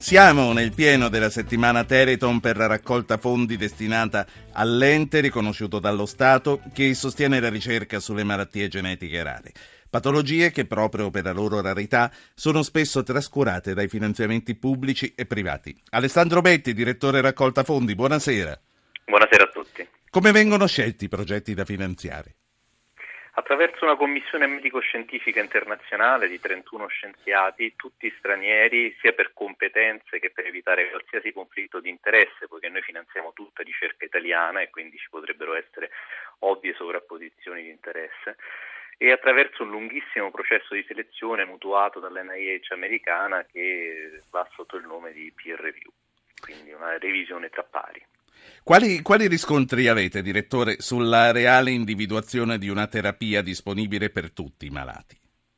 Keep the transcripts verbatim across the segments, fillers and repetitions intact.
Siamo nel pieno della settimana Telethon per la raccolta fondi destinata all'ente riconosciuto dallo Stato che sostiene la ricerca sulle malattie genetiche rare. Patologie che proprio per la loro rarità sono spesso trascurate dai finanziamenti pubblici e privati. Alessandro Betti, direttore raccolta fondi, buonasera. Buonasera a tutti. Come vengono scelti i progetti da finanziare? Attraverso una commissione medico-scientifica internazionale di trentuno scienziati, tutti stranieri, sia per competenze che per evitare qualsiasi conflitto di interesse, poiché noi finanziamo tutta ricerca italiana e quindi ci potrebbero essere ovvie sovrapposizioni di interesse, e attraverso un lunghissimo processo di selezione mutuato dall'N I H americana che va sotto il nome di peer review, quindi una revisione tra pari. Quali, quali riscontri avete, direttore, sulla reale individuazione di una terapia disponibile per tutti i malati?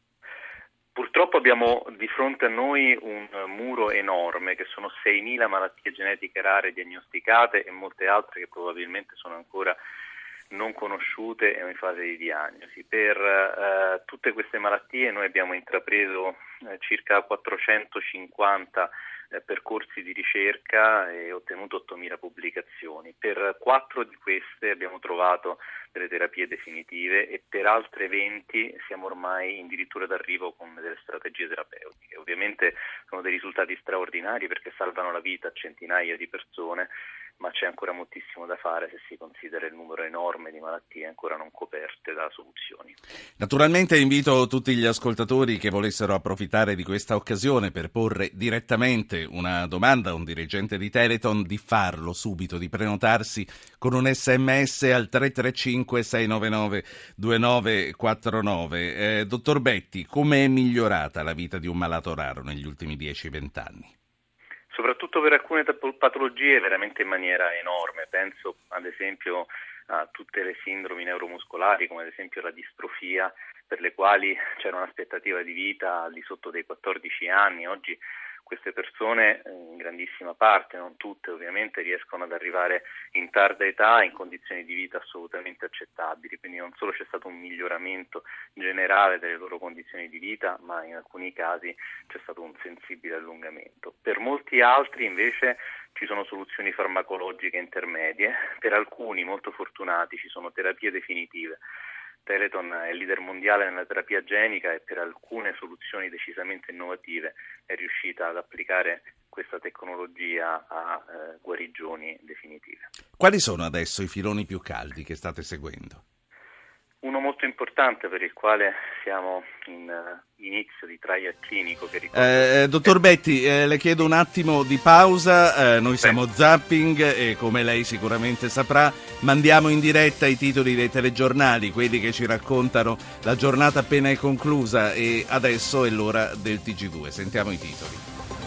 Purtroppo abbiamo di fronte a noi un muro enorme, che sono seimila malattie genetiche rare diagnosticate e molte altre che probabilmente sono ancora non conosciute e in fase di diagnosi. Per eh, tutte queste malattie noi abbiamo intrapreso eh, circa quattrocentocinquanta eh, percorsi di ricerca e ottenuto ottomila pubblicazioni. Per quattro di queste abbiamo trovato delle terapie definitive e per altre venti siamo ormai addirittura d'arrivo con delle strategie terapeutiche. Ovviamente sono dei risultati straordinari perché salvano la vita a centinaia di persone, ma c'è ancora moltissimo da fare se si considera il numero enorme di malattie ancora non coperte da soluzioni. Naturalmente invito tutti gli ascoltatori che volessero approfittare di questa occasione per porre direttamente una domanda a un dirigente di Telethon di farlo subito, di prenotarsi con un sms al tre tre cinque sei nove nove due nove quattro nove. Eh, dottor Betti, come è migliorata la vita di un malato raro negli ultimi dieci venti anni? Soprattutto per alcune patologie veramente in maniera enorme, penso ad esempio a tutte le sindromi neuromuscolari come ad esempio la distrofia, per le quali c'era un'aspettativa di vita al di sotto dei quattordici anni. Oggi queste persone in grandissima parte, non tutte ovviamente, riescono ad arrivare in tarda età in condizioni di vita assolutamente accettabili, quindi non solo c'è stato un miglioramento generale delle loro condizioni di vita, ma in alcuni casi c'è stato un sensibile allungamento. Per molti altri invece ci sono soluzioni farmacologiche intermedie, per alcuni molto fortunati ci sono terapie definitive. Telethon è leader mondiale nella terapia genica e per alcune soluzioni decisamente innovative è riuscita ad applicare questa tecnologia a eh, guarigioni definitive. Quali sono adesso i filoni più caldi che state seguendo? Uno molto importante per il quale siamo in uh, inizio di trial clinico. Che ricordo... eh, dottor Betti, eh, le chiedo un attimo di pausa, eh, noi siamo Zapping e come lei sicuramente saprà mandiamo in diretta i titoli dei telegiornali, quelli che ci raccontano la giornata appena è conclusa, e adesso è l'ora del T G due. Sentiamo i titoli.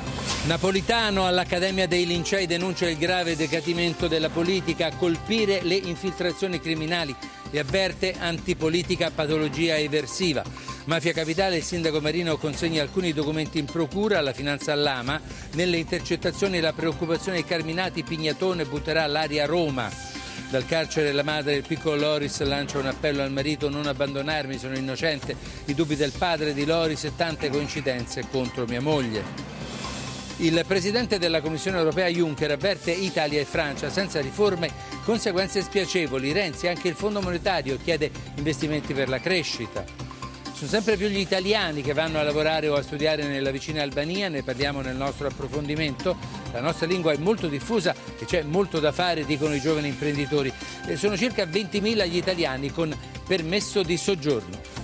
Napolitano all'Accademia dei Lincei denuncia il grave decadimento della politica, colpire le infiltrazioni criminali e avverte antipolitica patologia eversiva. Mafia Capitale, il sindaco Marino consegna alcuni documenti in procura alla Finanza Allama. Nelle intercettazioni la preoccupazione di Carminati, Pignatone butterà l'aria a Roma. Dal carcere la madre del piccolo Loris lancia un appello al marito: non abbandonarmi, sono innocente. I dubbi del padre di Loris e tante coincidenze contro mia moglie. Il presidente della Commissione europea Juncker avverte Italia e Francia: senza riforme conseguenze spiacevoli. Renzi, anche il Fondo monetario chiede investimenti per la crescita. Sono sempre più gli italiani che vanno a lavorare o a studiare nella vicina Albania, ne parliamo nel nostro approfondimento. La nostra lingua è molto diffusa e c'è molto da fare, dicono i giovani imprenditori. Sono circa ventimila gli italiani con permesso di soggiorno.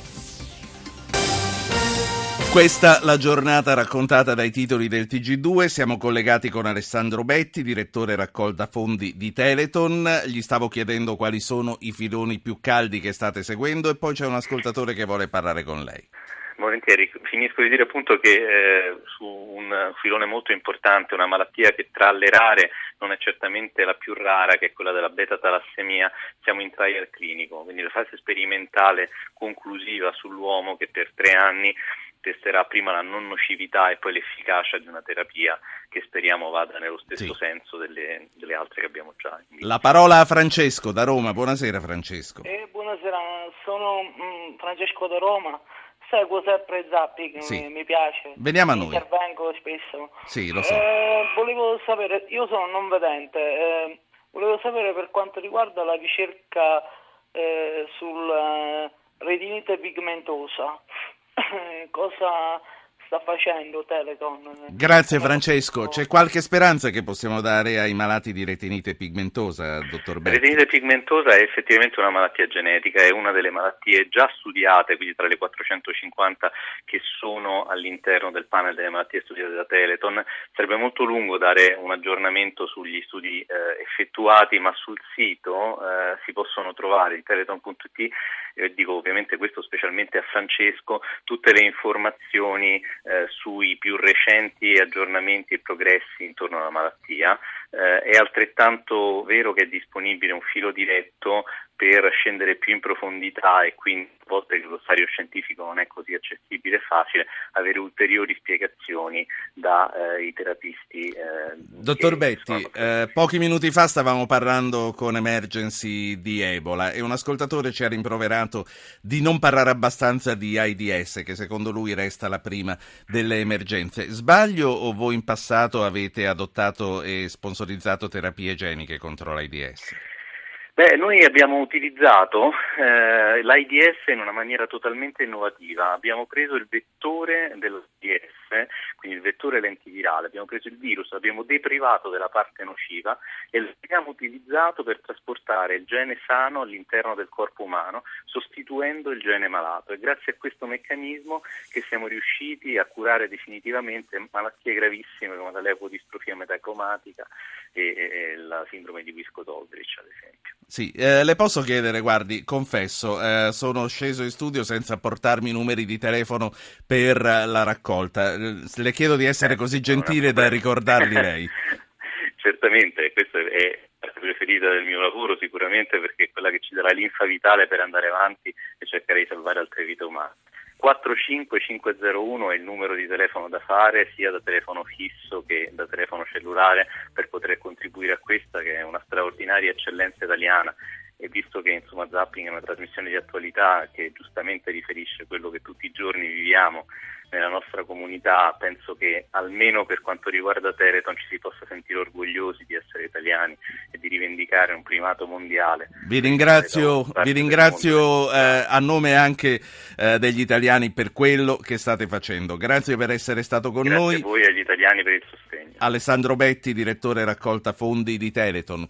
Questa la giornata raccontata dai titoli del T G due. Siamo collegati con Alessandro Betti, direttore raccolta fondi di Telethon. Gli stavo chiedendo quali sono i filoni più caldi che state seguendo e poi c'è un ascoltatore che vuole parlare con lei. Volentieri, finisco di dire appunto che eh, su un filone molto importante, una malattia che tra le rare non è certamente la più rara, che è quella della beta-talassemia, siamo in trial clinico, quindi la fase sperimentale conclusiva sull'uomo che per tre anni testerà prima la non nocività e poi l'efficacia di una terapia che speriamo vada nello stesso sì. senso delle, delle altre che abbiamo già. La parola a Francesco da Roma. Buonasera Francesco. Eh, buonasera, sono mh, Francesco da Roma. seguo sempre Zapping, Sì. mi, mi piace. Veniamo a noi. Intervengo spesso. Sì, lo so. Eh, volevo sapere, io sono non vedente, eh, volevo sapere per quanto riguarda la ricerca eh, sulla retinite pigmentosa, cosa sta facendo Teleton? Grazie Francesco. C'è qualche speranza che possiamo dare ai malati di retinite pigmentosa, dottor La Betti? retinite pigmentosa è effettivamente una malattia genetica, è una delle malattie già studiate, quindi tra le quattrocentocinquanta che sono all'interno del panel delle malattie studiate da Teleton. Sarebbe molto lungo dare un aggiornamento sugli studi eh, effettuati, ma sul sito eh, si possono trovare in teleton punto it, e dico ovviamente questo specialmente a Francesco, tutte le informazioni eh, sui più recenti aggiornamenti e progressi intorno alla malattia. Eh, è altrettanto vero che è disponibile un filo diretto per scendere più in profondità e quindi a volte che lo stadio scientifico non è così accessibile e facile, avere ulteriori spiegazioni dai eh, terapisti. Eh, Dottor Betti, eh, pochi minuti fa stavamo parlando con Emergency di Ebola e un ascoltatore ci ha rimproverato di non parlare abbastanza di AIDS, che secondo lui resta la prima delle emergenze. Sbaglio o voi in passato avete adottato e sponsorizzato terapie geniche contro l'AIDS? Beh, noi abbiamo utilizzato eh, l'AIDS in una maniera totalmente innovativa. Abbiamo preso il vettore dell'AIDS, quindi il vettore lentivirale, abbiamo preso il virus, l'abbiamo deprivato della parte nociva e l'abbiamo utilizzato per trasportare il gene sano all'interno del corpo umano, sostituendo il gene malato. È grazie a questo meccanismo che siamo riusciti a curare definitivamente malattie gravissime come la leucodistrofia metacromatica e, e, e la sindrome di Wiskott-Aldrich, ad esempio. Sì, eh, le posso chiedere, guardi, confesso, eh, sono sceso in studio senza portarmi i numeri di telefono per la raccolta. Le chiedo di essere così gentile da ricordarli lei. Certamente, questa è la preferita del mio lavoro sicuramente, perché è quella che ci dà la linfa vitale per andare avanti e cercare di salvare altre vite umane. quattro cinque cinque zero uno è il numero di telefono da fare, sia da telefono fisso che da telefono cellulare, per poter contribuire a questa che è una straordinaria eccellenza italiana. E visto che insomma Zapping è una trasmissione di attualità che giustamente riferisce quello che tutti i giorni viviamo nella nostra comunità, penso che almeno per quanto riguarda Teleton ci si possa sentire orgogliosi di essere italiani e di rivendicare un primato mondiale. Vi ringrazio, vi ringrazio eh, a nome anche eh, degli italiani per quello che state facendo. Grazie per essere stato con Grazie noi. Grazie a voi e agli italiani per il sostegno. Alessandro Betti, direttore raccolta fondi di Teleton.